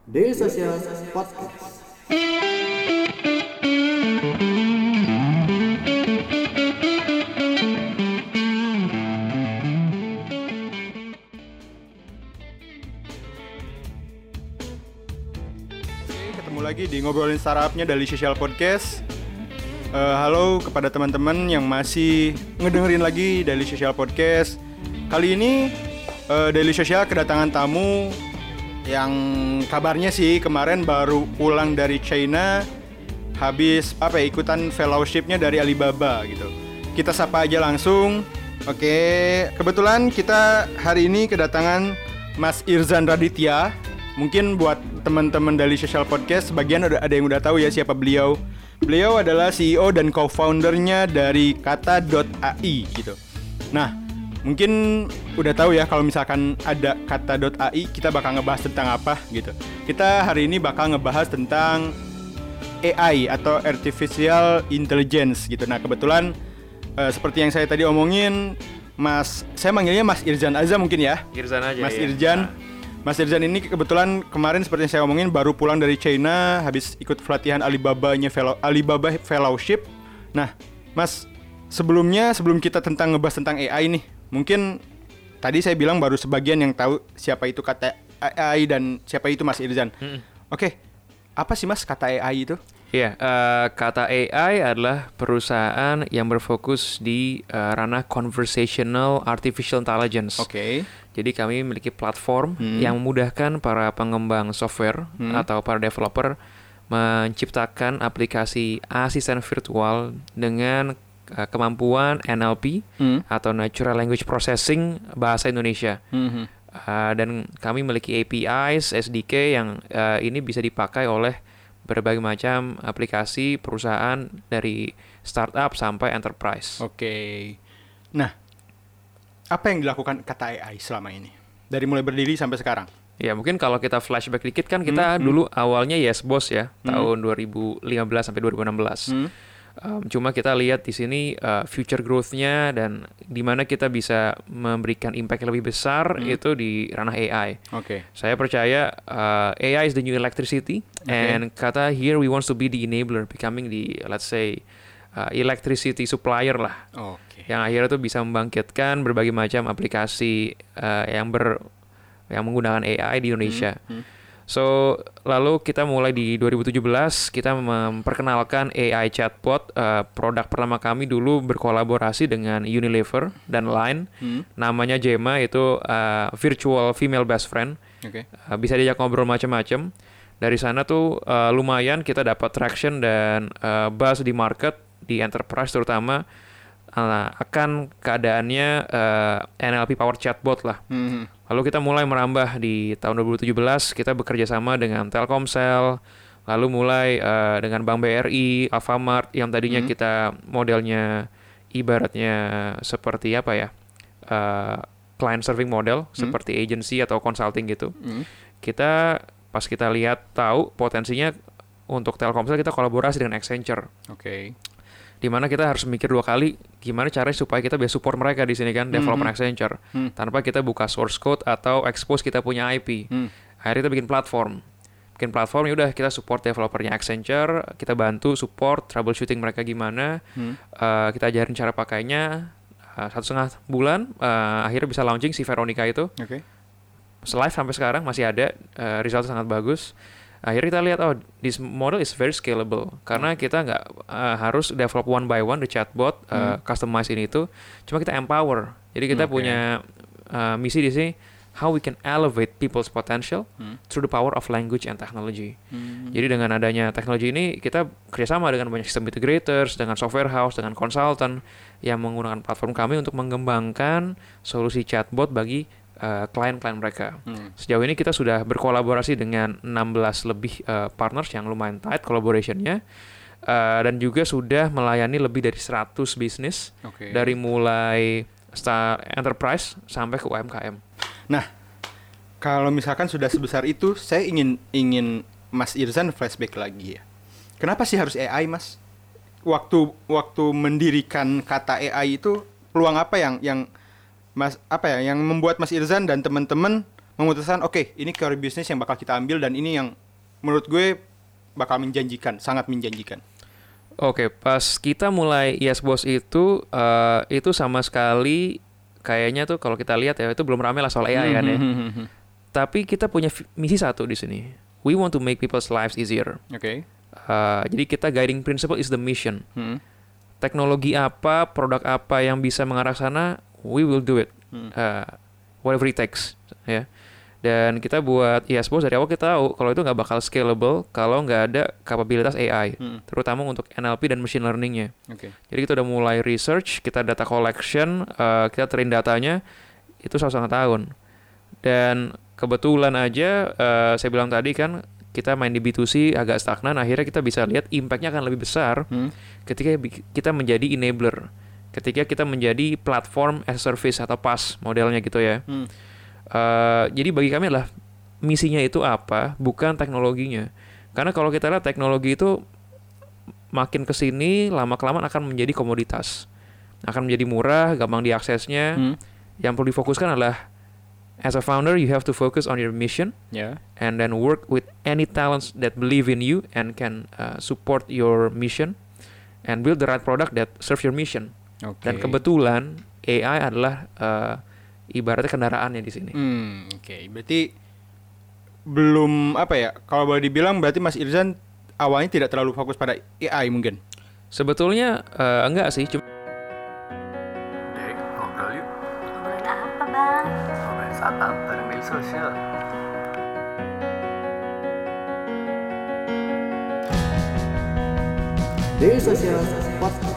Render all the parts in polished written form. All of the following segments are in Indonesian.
Daily Social Podcast. Ketemu lagi di ngobrolin startupnya Daily Social Podcast. Halo kepada teman-teman yang masih ngedengerin lagi Daily Social Podcast. Kali ini Daily Social kedatangan tamu yang kabarnya sih kemarin baru pulang dari China, habis ikutan fellowship-nya dari Alibaba gitu. Kita sapa aja langsung. Oke, kebetulan kita hari ini kedatangan Mas Irzan Raditya. Mungkin buat teman-teman dari Social Podcast sebagian ada yang udah tahu ya siapa beliau. Beliau adalah CEO dan co-foundernya dari Kata.ai gitu. Nah, mungkin udah tahu ya kalau misalkan ada Kata.ai kita bakal ngebahas tentang apa gitu. Kita hari ini bakal ngebahas tentang AI atau Artificial Intelligence gitu. Nah, kebetulan seperti yang saya tadi omongin, saya manggilnya Mas Irzan aja mungkin ya. Irzan aja. Mas ya. Irzan. Mas Irzan ini kebetulan kemarin seperti yang saya omongin baru pulang dari China habis ikut pelatihan Alibaba Fellowship. Nah, Mas, sebelum kita ngebahas tentang AI nih, mungkin tadi saya bilang baru sebagian yang tahu siapa itu Kata AI dan siapa itu Mas Irzan. Oke, apa sih Mas Kata AI itu? Iya, Kata AI adalah perusahaan yang berfokus di ranah conversational artificial intelligence. Oke. Jadi kami memiliki platform yang memudahkan para pengembang software atau para developer menciptakan aplikasi asisten virtual dengan kemampuan NLP atau Natural Language Processing bahasa Indonesia. Dan kami memiliki APIs, SDK yang ini bisa dipakai oleh berbagai macam aplikasi perusahaan dari startup sampai enterprise. Oke. Nah, apa yang dilakukan Kata AI selama ini? Dari mulai berdiri sampai sekarang? Ya, mungkin kalau kita flashback dikit kan kita dulu awalnya Yes Boss ya, tahun 2015 sampai 2016. Cuma kita lihat di sini future growth-nya dan di mana kita bisa memberikan impact lebih besar itu di ranah AI. Oke. Saya percaya AI is the new electricity and Kata here we want to be the enabler, becoming the let's say electricity supplier lah. Oke. Yang akhirnya tuh bisa membangkitkan berbagai macam aplikasi yang menggunakan AI di Indonesia. So, lalu kita mulai di 2017 kita memperkenalkan AI chatbot. Produk pertama kami dulu berkolaborasi dengan Unilever dan Line. Namanya Gemma, itu virtual female best friend. Bisa diajak ngobrol macam-macam. Dari sana tuh lumayan kita dapat traction dan buzz di market, di enterprise terutama akan keadaannya NLP powered chatbot lah. Lalu kita mulai merambah di tahun 2017, kita bekerja sama dengan Telkomsel, lalu mulai dengan Bank BRI, Alfamart yang tadinya kita modelnya ibaratnya seperti apa ya, client serving model, seperti agency atau consulting gitu. Pas kita lihat tahu potensinya untuk Telkomsel, kita kolaborasi dengan Accenture. Di mana kita harus mikir dua kali gimana caranya supaya kita bisa support mereka di sini kan, developer Accenture, tanpa kita buka source code atau expose kita punya IP. Akhirnya kita bikin platform. Ya udah kita support developernya Accenture, kita bantu support troubleshooting mereka gimana, kita ajarin cara pakainya. 1,5 bulan, akhirnya bisa launching si Veronica itu. Live sampai sekarang masih ada, resultnya sangat bagus. Akhirnya kita lihat, this model is very scalable. Karena kita nggak harus develop one by one the chatbot, customize ini itu. Cuma kita empower. Jadi kita punya misi di sini, how we can elevate people's potential through the power of language and technology. Jadi dengan adanya teknologi ini, kita kerjasama dengan banyak system integrators, dengan software house, dengan consultant yang menggunakan platform kami untuk mengembangkan solusi chatbot bagi klien-klien mereka. Sejauh ini kita sudah berkolaborasi dengan 16 lebih partners yang lumayan tight collaboration-nya, dan juga sudah melayani lebih dari 100 bisnis, dari mulai enterprise sampai ke UMKM. Nah, kalau misalkan sudah sebesar itu, saya ingin Mas Irzan flashback lagi ya. Kenapa sih harus AI, Mas? Waktu mendirikan Kata AI itu peluang apa yang membuat Mas Irzan dan teman-teman memutuskan oke, ini career bisnis yang bakal kita ambil dan ini yang menurut gue bakal menjanjikan, sangat menjanjikan. Oke, pas kita mulai Yes Boss itu sama sekali kayaknya tuh kalau kita lihat ya itu belum ramai lah soal AI kan ya. Tapi kita punya misi satu di sini. We want to make people's lives easier. Oke. Jadi kita guiding principle is the mission. Teknologi apa, produk apa yang bisa mengarah sana, we will do it. Whatever it takes. Ya. Dan kita buat Yes Boss dari awal kita tahu kalau itu nggak bakal scalable kalau nggak ada kapabilitas AI, terutama untuk NLP dan machine learningnya. Jadi kita udah mulai research, kita data collection, kita train datanya itu 1,5 tahun. Dan kebetulan aja saya bilang tadi kan kita main di B2C agak stagnan, akhirnya kita bisa lihat impact-nya akan lebih besar ketika kita menjadi enabler, ketika kita menjadi platform as a service atau PaaS modelnya gitu ya. Jadi bagi kami adalah misinya itu apa, bukan teknologinya. Karena kalau kita lihat teknologi itu makin kesini lama-kelamaan akan menjadi komoditas, akan menjadi murah, gampang diaksesnya. Yang perlu difokuskan adalah as a founder you have to focus on your mission, and then work with any talents that believe in you and can support your mission, and build the right product that serve your mission. Dan kebetulan AI adalah ibaratnya kendaraannya di sini. Berarti belum apa ya? Kalau boleh dibilang berarti Mas Irzan awalnya tidak terlalu fokus pada AI mungkin. Sebetulnya enggak sih. Dek, ngobrol yuk. Ngobrolin apa, Bang? Ngobrolin startup bareng media sosial. Daily Social Podcast.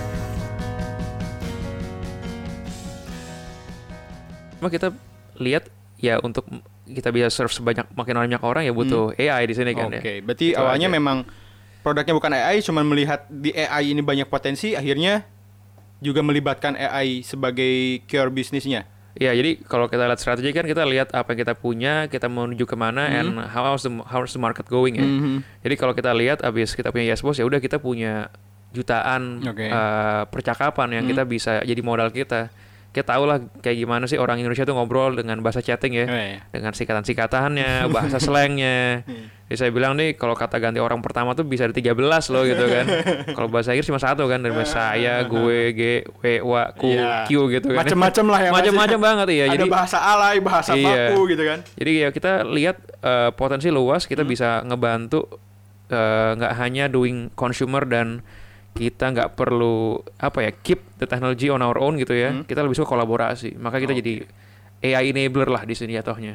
Cuma kita lihat ya untuk kita bisa serve makin banyak orang ya butuh AI di sini kan ya. Berarti Itu awalnya aja. memang produknya bukan AI, cuman melihat di AI ini banyak potensi, akhirnya juga melibatkan AI sebagai core bisnisnya. Ya, jadi kalau kita lihat strategi kan kita lihat apa yang kita punya, kita menuju kemana, and how's the market going ya. Jadi kalau kita lihat abis kita punya Yes Boss ya udah kita punya jutaan percakapan yang kita bisa jadi modal kita. Kita tahu lah kayak gimana sih orang Indonesia tuh ngobrol dengan bahasa chatting ya, dengan singkatan-singkatannya, bahasa slangnya. Jadi saya bilang nih kalau kata ganti orang pertama tuh bisa ada 13 loh gitu kan. Kalau bahasa Inggris cuma satu kan, dari bahasa saya, gue, ge, we, wa, ku, q gitu kan. Macam-macam lah ya. Macam-macam banget ya. Ada Jadi bahasa alay, bahasa baku gitu kan. Jadi ya kita lihat potensi luas, kita bisa ngebantu nggak hanya doing consumer dan kita nggak perlu keep the technology on our own gitu ya. Kita lebih suka kolaborasi. Maka kita jadi AI enabler lah di sini jatuhnya.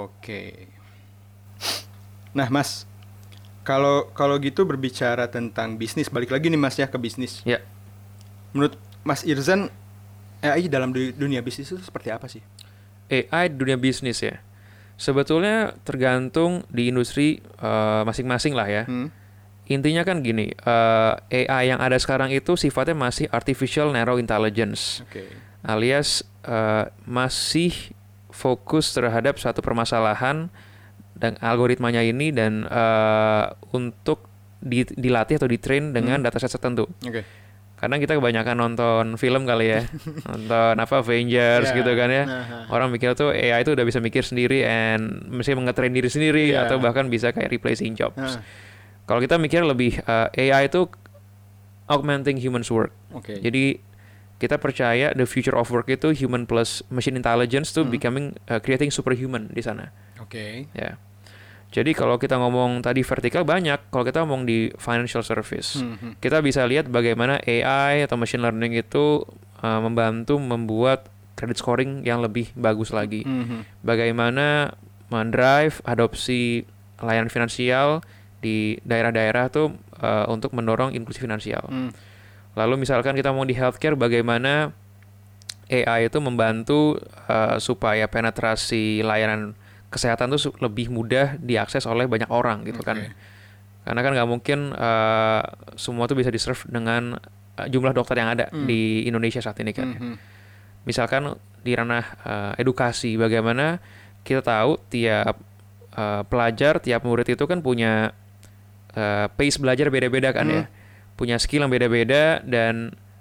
Nah, Mas, kalau gitu berbicara tentang bisnis, balik lagi nih Mas ya ke bisnis. Ya. Menurut Mas Irzan, AI dalam dunia bisnis itu seperti apa sih? AI di dunia bisnis ya. Sebetulnya tergantung di industri masing-masing lah ya. Intinya kan gini, AI yang ada sekarang itu sifatnya masih artificial narrow intelligence, alias masih fokus terhadap suatu permasalahan dan algoritmanya ini dan untuk dilatih atau ditrain dengan dataset tertentu. Karena kita kebanyakan nonton film kali ya, nonton Avengers gitu kan ya. Orang mikir tuh AI itu udah bisa mikir sendiri and mesti nge-train diri sendiri atau bahkan bisa kayak replacing jobs. Kalau kita mikir lebih AI itu augmenting humans work. Jadi kita percaya the future of work itu human plus machine intelligence tuh becoming creating superhuman di sana. Ya. Jadi kalau kita ngomong tadi vertikal banyak, kalau kita ngomong di financial service, kita bisa lihat bagaimana AI atau machine learning itu membantu membuat credit scoring yang lebih bagus lagi. Bagaimana mendrive adopsi layanan finansial di daerah-daerah tuh untuk mendorong inklusi finansial. Lalu misalkan kita mau di healthcare, bagaimana AI itu membantu supaya penetrasi layanan kesehatan tuh lebih mudah diakses oleh banyak orang gitu kan. Karena kan nggak mungkin semua tuh bisa di-serve dengan jumlah dokter yang ada di Indonesia saat ini kan. Misalkan di ranah edukasi, bagaimana kita tahu tiap pelajar, tiap murid itu kan punya pace belajar beda-beda kan ya, punya skill yang beda-beda dan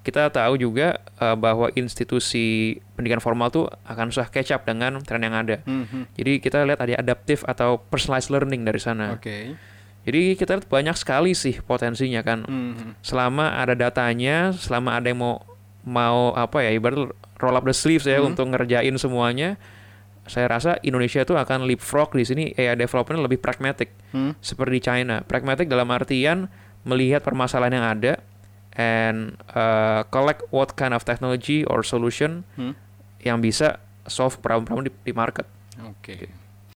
kita tahu juga bahwa institusi pendidikan formal tuh akan susah catch up dengan tren yang ada. Jadi kita lihat ada adaptive atau personalized learning dari sana. Oke. Jadi kita lihat banyak sekali sih potensinya kan. Selama ada datanya, selama ada yang mau apa ya, ibarat roll up the sleeves ya untuk ngerjain semuanya, saya rasa Indonesia itu akan leapfrog di sini AI development lebih pragmatic. Seperti China. Pragmatic dalam artian melihat permasalahan yang ada and collect what kind of technology or solution yang bisa solve problem-problem di market. Oke.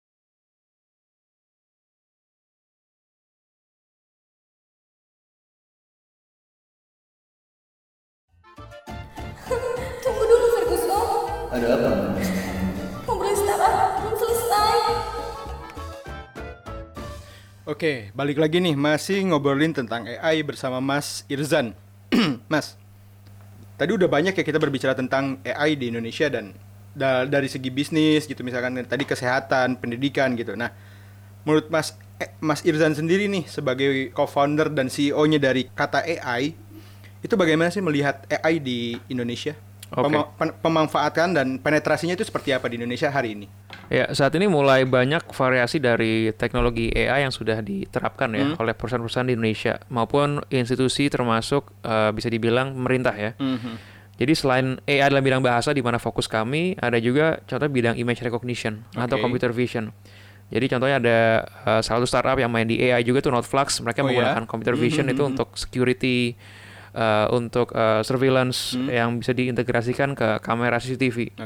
Tunggu dulu Ferguson. Ada apa? Ngobrolin startup belum selesai. Oke, balik lagi nih, masih ngobrolin tentang AI bersama Mas Irzan. Mas, tadi udah banyak ya kita berbicara tentang AI di Indonesia dan dari segi bisnis gitu, misalkan tadi kesehatan, pendidikan gitu. Nah, menurut Mas Irzan sendiri nih sebagai co-founder dan CEO-nya dari Kata AI, itu bagaimana sih melihat AI di Indonesia? Pemanfaatan dan penetrasinya itu seperti apa di Indonesia hari ini? Ya, saat ini mulai banyak variasi dari teknologi AI yang sudah diterapkan ya oleh perusahaan-perusahaan di Indonesia maupun institusi termasuk bisa dibilang pemerintah ya. Jadi selain AI dalam bidang bahasa di mana fokus kami, ada juga contoh bidang image recognition atau computer vision. Jadi contohnya ada salah satu startup yang main di AI juga tuh Noteflux, mereka menggunakan computer vision itu untuk security, untuk surveillance yang bisa diintegrasikan ke kamera CCTV.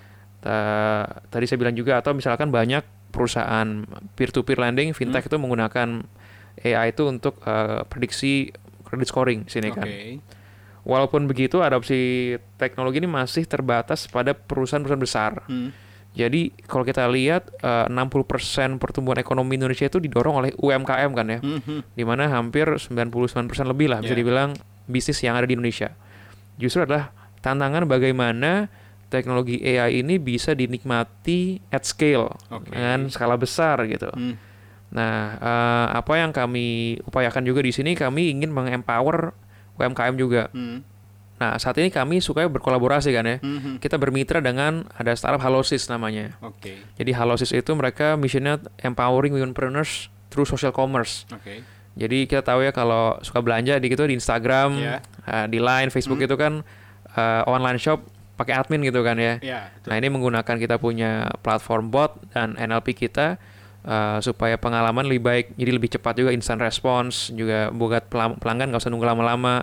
Tadi saya bilang juga, atau misalkan banyak perusahaan peer-to-peer lending, fintech itu menggunakan AI itu untuk prediksi credit scoring di sini kan. Walaupun begitu, adopsi teknologi ini masih terbatas pada perusahaan-perusahaan besar. Jadi kalau kita lihat 60% pertumbuhan ekonomi Indonesia itu didorong oleh UMKM kan ya, di mana hampir 99% lebih lah bisa dibilang bisnis yang ada di Indonesia. Justru adalah tantangan bagaimana teknologi AI ini bisa dinikmati at scale dengan skala besar gitu. Nah, apa yang kami upayakan juga di sini, kami ingin mengempower UMKM juga. Nah, saat ini kami suka berkolaborasi kan ya. Kita bermitra dengan ada startup Halosis namanya. Jadi Halosis itu mereka missionnya empowering womenpreneurs through social commerce. Jadi kita tahu ya kalau suka belanja di Instagram, di Line, Facebook itu kan online shop pakai admin gitu kan ya. Nah, ini menggunakan kita punya platform bot dan NLP kita supaya pengalaman lebih baik, jadi lebih cepat juga, instant response juga buat pelanggan nggak usah nunggu lama-lama,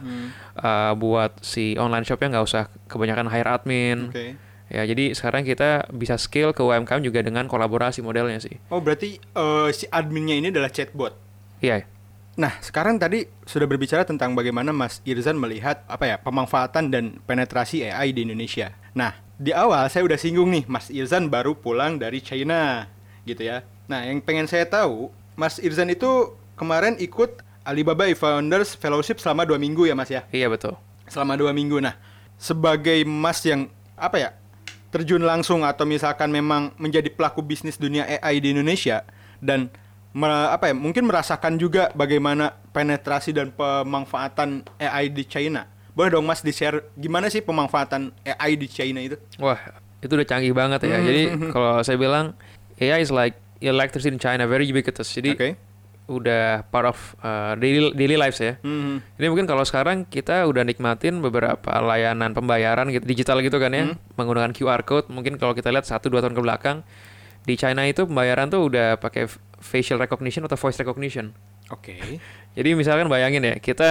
buat si online shopnya nggak usah kebanyakan hire admin. Ya, jadi sekarang kita bisa scale ke UMKM juga dengan kolaborasi modelnya sih. Oh, berarti si adminnya ini adalah chatbot? Iya. Nah, sekarang tadi sudah berbicara tentang bagaimana Mas Irzan melihat pemanfaatan dan penetrasi AI di Indonesia. Nah, di awal saya udah singgung nih, Mas Irzan baru pulang dari China, gitu ya. Nah, yang pengen saya tahu, Mas Irzan itu kemarin ikut Alibaba Founders Fellowship selama 2 minggu ya, Mas ya? Iya, betul. Selama 2 minggu. Nah, sebagai Mas yang terjun langsung atau misalkan memang menjadi pelaku bisnis dunia AI di Indonesia dan mungkin merasakan juga bagaimana penetrasi dan pemanfaatan AI di China. Boleh dong Mas di-share gimana sih pemanfaatan AI di China itu? Wah, itu udah canggih banget ya. Jadi kalau saya bilang AI is like electricity in China, very ubiquitous. Jadi udah part of daily lives ya. Jadi mungkin kalau sekarang kita udah nikmatin beberapa layanan pembayaran gitu, digital gitu kan ya, menggunakan QR code. Mungkin kalau kita lihat 1-2 tahun ke belakang, di China itu pembayaran tuh udah pakai facial recognition atau voice recognition. Jadi misalkan bayangin ya, kita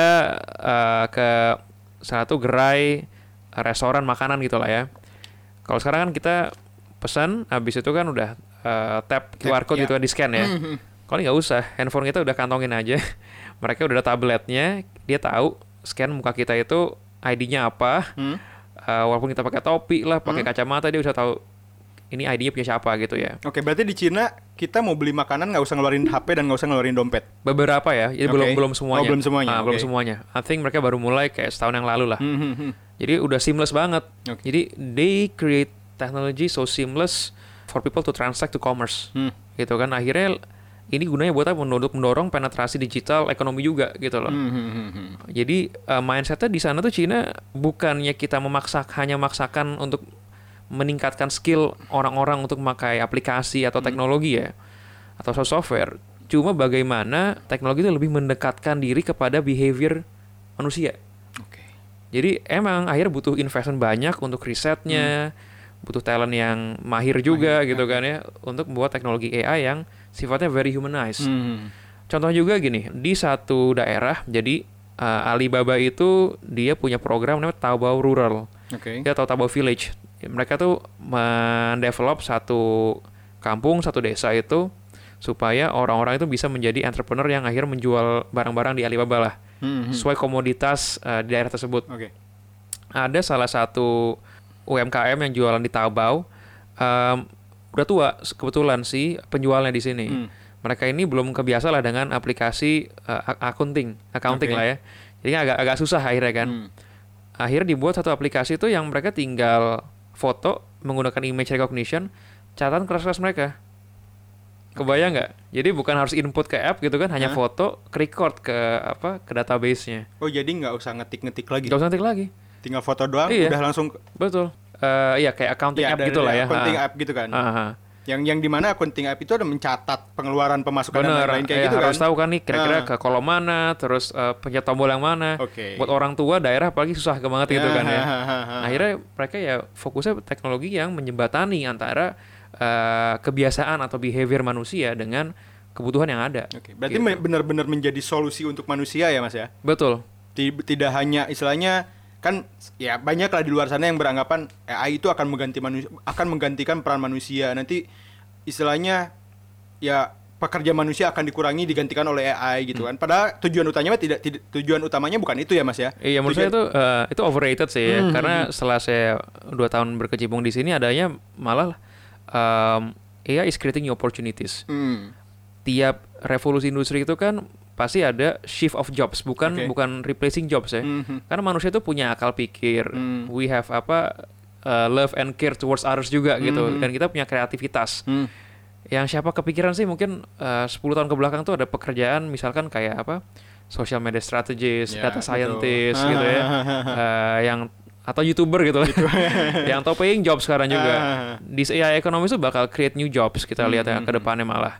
ke satu gerai restoran makanan gitu lah ya. Kalau sekarang kan kita pesan, habis itu kan udah tap QR code gitu kan, di scan ya. Kalau nggak usah, handphone kita udah kantongin aja. Mereka udah ada tabletnya, dia tahu scan muka kita itu ID-nya apa. Walaupun kita pakai topi lah, pakai kacamata, dia udah tahu ini ID-nya punya siapa gitu ya. Berarti di Cina kita mau beli makanan nggak usah ngeluarin HP dan nggak usah ngeluarin dompet? Beberapa ya, jadi belum semuanya. Oh, belum semuanya. Belum semuanya. I think mereka baru mulai kayak setahun yang lalu lah. Jadi udah seamless banget. Jadi they create technology so seamless for people to transact to commerce. Gitu kan. Akhirnya ini gunanya buat apa? Untuk mendorong penetrasi digital ekonomi juga gitu loh. Jadi mindsetnya di sana tuh Cina bukannya kita hanya memaksakan untuk meningkatkan skill orang-orang untuk memakai aplikasi atau teknologi ya, atau software. Cuma bagaimana teknologi itu lebih mendekatkan diri kepada behavior manusia. Oke. Jadi emang akhirnya butuh investment banyak untuk risetnya, butuh talent yang mahir juga gitu kan ya, untuk membuat teknologi AI yang sifatnya very humanized. Contoh juga gini, di satu daerah, jadi Alibaba itu dia punya program namanya Taobao Rural, atau Taobao Village. Mereka tuh mendevelop satu kampung, satu desa itu supaya orang-orang itu bisa menjadi entrepreneur yang akhirnya menjual barang-barang di Alibaba lah, sesuai komoditas di daerah tersebut. Ada salah satu UMKM yang jualan di Taobao, udah tua kebetulan sih penjualnya di sini. Mereka ini belum kebiasa lah dengan aplikasi accounting lah ya. Jadi agak susah akhirnya kan. Akhirnya dibuat satu aplikasi itu yang mereka tinggal foto menggunakan image recognition, catatan keras-keras mereka. Kebayang nggak? Jadi bukan harus input ke app gitu kan, hanya foto, record ke database-nya. Oh, jadi nggak usah ngetik-ngetik lagi. Nggak usah ngetik lagi. Tinggal foto doang, udah langsung. Betul. Iya kayak accounting app gitu lah ya. Accounting app gitu kan. Yang dimana accounting app itu ada mencatat pengeluaran pemasukan dan lain-lain kayak gitu kan. Harus tahu kan nih kira-kira ke kolom mana, terus pencet tombol yang mana. Buat orang tua daerah apalagi susah banget gitu kan ya. Akhirnya mereka ya fokusnya teknologi yang menjembatani antara kebiasaan atau behavior manusia dengan kebutuhan yang ada. Berarti gitu. Benar-benar menjadi solusi untuk manusia ya Mas ya? Betul. Tidak hanya istilahnya kan ya banyak lah di luar sana yang beranggapan AI itu akan menggantikan peran manusia. Nanti istilahnya ya pekerja manusia akan dikurangi digantikan oleh AI gitu kan. Padahal tujuan utamanya bukan itu ya Mas ya. Iya, menurut saya itu overrated sih ya. Karena setelah saya 2 tahun berkecimpung di sini adanya malah AI is creating new opportunities. Tiap revolusi industri itu kan pasti ada shift of jobs, bukan replacing jobs ya. Karena manusia itu punya akal pikir, we have love and care towards others juga gitu, dan kita punya kreativitas. Yang siapa kepikiran sih mungkin 10 tahun ke belakang tuh ada pekerjaan misalkan kayak social media strategist, data scientist gitu ya, yang atau YouTuber gitu, yang top paying job sekarang juga. Di AI ekonomi itu bakal create new jobs, kita lihat ya ke depannya malah.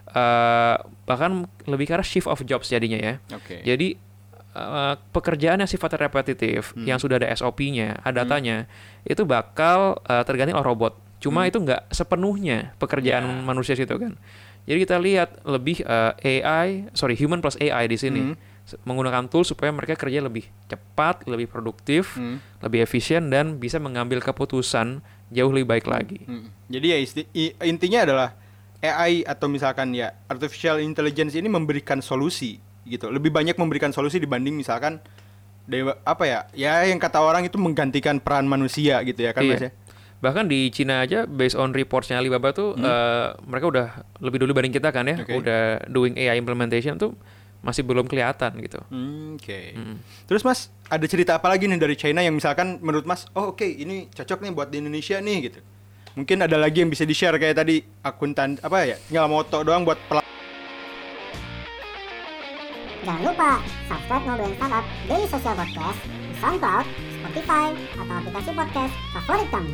Bahkan lebih ke arah shift of jobs jadinya ya. Jadi pekerjaan yang sifatnya repetitif, yang sudah ada SOP-nya, ada datanya, itu bakal terganti oleh robot. Cuma itu nggak sepenuhnya pekerjaan manusia situ kan. Jadi kita lihat lebih human plus AI di sini. Menggunakan tool supaya mereka kerja lebih cepat, lebih produktif, lebih efisien, dan bisa mengambil keputusan jauh lebih baik lagi. Jadi ya intinya adalah AI atau misalkan ya artificial intelligence ini memberikan solusi gitu. Lebih banyak memberikan solusi dibanding misalkan yang kata orang itu menggantikan peran manusia gitu ya kan Mas ya. Bahkan di Cina aja based on reports-nya Alibaba tuh mereka udah lebih dulu banding kita kan ya. Udah doing AI implementation tuh masih belum kelihatan gitu. Terus Mas, ada cerita apa lagi nih dari China yang misalkan menurut Mas, ini cocok nih buat di Indonesia nih gitu. Mungkin ada lagi yang bisa di-share kayak tadi akuntan tinggal moto doang buat Jangan lupa subscribe Ngobrolin Startup Daily Social Podcast di SoundCloud, Spotify, atau aplikasi podcast favorit kamu.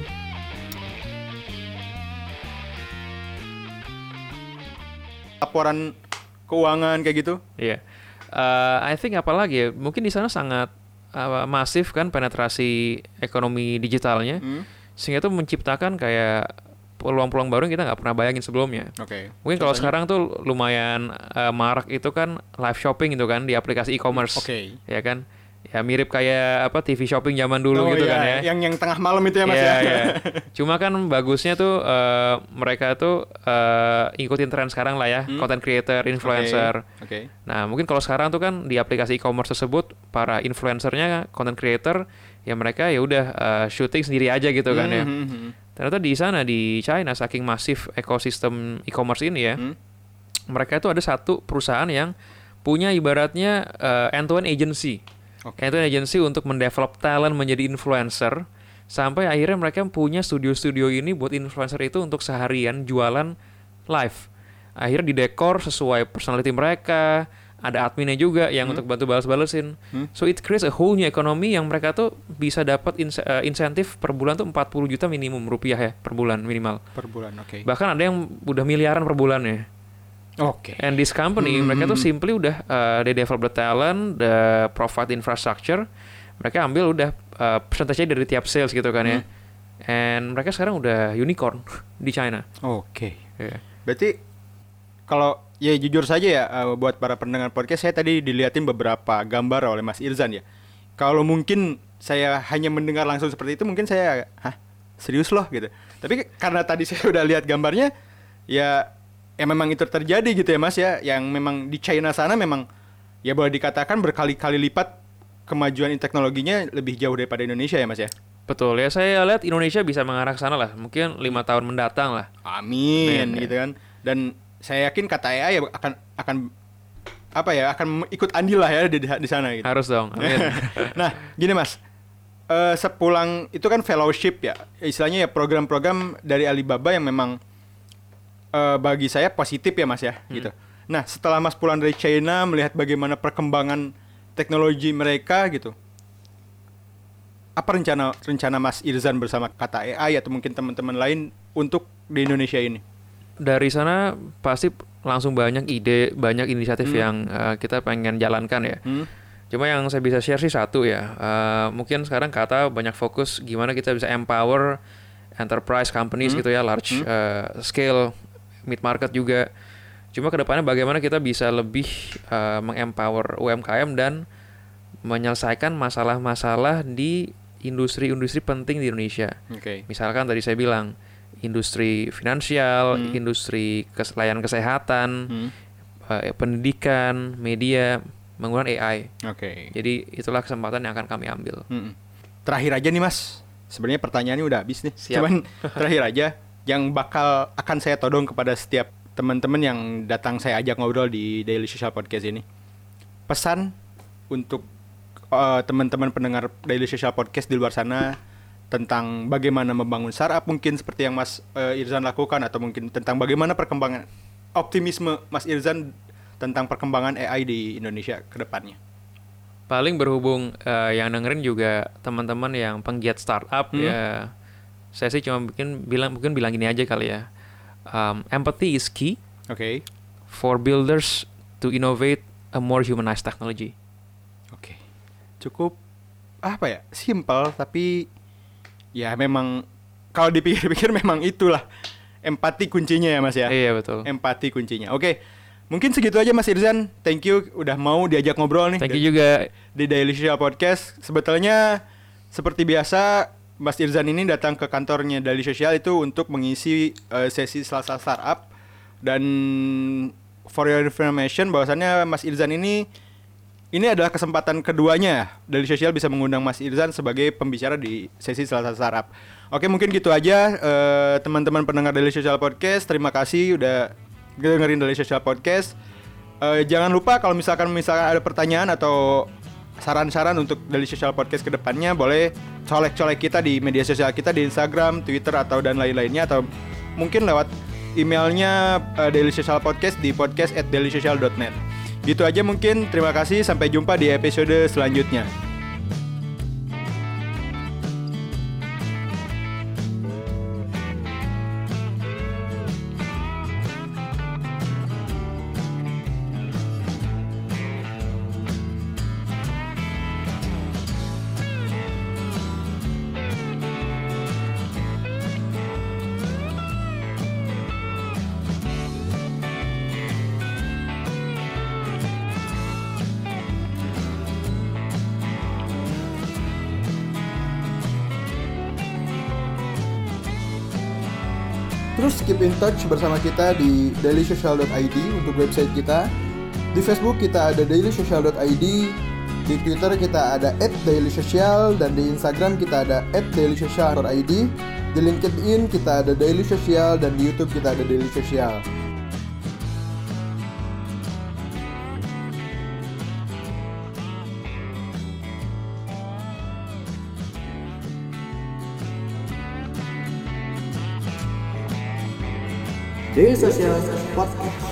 Laporan keuangan kayak gitu. Iya. I think apalagi ya, mungkin di sana sangat masif kan penetrasi ekonomi digitalnya. Sehingga itu menciptakan kayak peluang-peluang baru yang kita nggak pernah bayangin sebelumnya. Mungkin kalau sekarang tuh lumayan marak itu kan live shopping itu kan di aplikasi e-commerce, ya kan? Ya mirip kayak TV shopping zaman dulu gitu kan ya. Yang tengah malam itu ya Mas ya. Cuma kan bagusnya tuh mereka tuh ikutin tren sekarang lah ya, content creator, influencer. Nah mungkin kalau sekarang tuh kan di aplikasi e-commerce tersebut para influencernya, content creator, ya mereka ya udah syuting sendiri aja gitu kan ya. Ternyata di sana di China saking masif ekosistem e-commerce ini ya, mereka itu ada satu perusahaan yang punya ibaratnya end-to-end agency. End-to-end agency untuk mendevelop talent menjadi influencer, sampai akhirnya mereka punya studio-studio ini buat influencer itu untuk seharian jualan live. akhirnya didekor sesuai personality mereka, ada adminnya juga yang untuk bantu balas-balesin. So it creates a whole new economy yang mereka tuh bisa dapat insentif per bulan tuh 40 juta minimum rupiah ya per bulan minimal. Per bulan, oke. Bahkan ada yang udah miliaran per bulannya. Oke. And this company mereka tuh simply udah they develop the talent, the provide infrastructure. Mereka ambil udah persentasenya dari tiap sales gitu kan ya. And mereka sekarang udah unicorn di China. Oke. Yeah. Berarti kalau ya jujur saja ya buat para pendengar podcast, saya tadi dilihatin beberapa gambar oleh Mas Irzan ya. Kalau mungkin saya hanya mendengar langsung seperti itu, mungkin saya serius loh gitu. Tapi karena tadi saya udah lihat gambarnya, ya memang itu terjadi gitu ya Mas ya, yang memang di China sana memang ya boleh dikatakan berkali-kali lipat kemajuan teknologinya lebih jauh daripada Indonesia ya Mas ya. Betul ya, saya lihat Indonesia bisa mengarah ke sana lah, mungkin 5 tahun mendatang lah. Amin gitu kan. Dan saya yakin kata AI ya akan ikut andil lah ya di sana gitu. Harus dong, amin. Nah, gini Mas, sepulang itu kan fellowship ya, istilahnya ya program-program dari Alibaba yang memang bagi saya positif ya Mas ya, gitu. Nah, setelah Mas pulang dari China melihat bagaimana perkembangan teknologi mereka gitu, apa rencana Mas Irzan bersama kata AI atau mungkin teman-teman lain untuk di Indonesia ini? Dari sana pasti langsung banyak ide, banyak inisiatif yang kita pengen jalankan ya. Cuma yang saya bisa share sih satu ya, mungkin sekarang kata banyak fokus gimana kita bisa empower enterprise companies gitu ya, large scale, mid market juga. Cuma kedepannya bagaimana kita bisa lebih mengempower UMKM dan menyelesaikan masalah-masalah di industri-industri penting di Indonesia. Okay. Misalkan tadi saya bilang industri finansial, industri layanan kesehatan, pendidikan, media, menggunakan AI. Oke. Jadi itulah kesempatan yang akan kami ambil. Terakhir aja nih Mas, sebenarnya pertanyaannya udah habis nih. Siap. Cuman terakhir aja yang akan saya todong kepada setiap teman-teman yang datang saya ajak ngobrol di Daily Social Podcast ini. Pesan untuk teman-teman pendengar Daily Social Podcast di luar sana tentang bagaimana membangun startup mungkin seperti yang Mas Irzan lakukan, atau mungkin tentang bagaimana perkembangan optimisme Mas Irzan tentang perkembangan AI di Indonesia ke depannya. Paling berhubung yang dengerin juga teman-teman yang penggiat startup ya, saya sih cuma mungkin bilang gini aja kali ya. Empathy is key. Okay. For builders to innovate a more humanized technology. Oke. Cukup simple, tapi ya memang kalau dipikir-pikir memang itulah empati kuncinya ya Mas ya. Iya betul. Empati kuncinya. Oke. Mungkin segitu aja Mas Irzan. Thank you udah mau diajak ngobrol nih. Thank you juga di Daily Social Podcast. Sebetulnya seperti biasa Mas Irzan ini datang ke kantornya Daily Social itu untuk mengisi sesi Selasa Startup. Dan for your information bahwasannya Mas Irzan ini adalah kesempatan keduanya Daily Social bisa mengundang Mas Irzan sebagai pembicara di sesi Selasa Startup. Oke, mungkin gitu aja teman-teman pendengar Daily Social Podcast. Terima kasih udah dengerin Daily Social Podcast. Jangan lupa kalau misalkan ada pertanyaan atau saran-saran untuk Daily Social Podcast ke depannya, boleh colek-colek kita di media sosial kita di Instagram, Twitter atau dan lain-lainnya, atau mungkin lewat emailnya Daily Social Podcast di podcast@dailysocial.net. Gitu aja mungkin, terima kasih, sampai jumpa di episode selanjutnya. Terus keep in touch bersama kita di dailysocial.id untuk website kita. Di Facebook kita ada dailysocial.id, di Twitter kita ada @dailysocial, dan di Instagram kita ada @dailysocial.id. Di LinkedIn kita ada Daily Social, dan di YouTube kita ada Daily Social. Daily Social Podcast.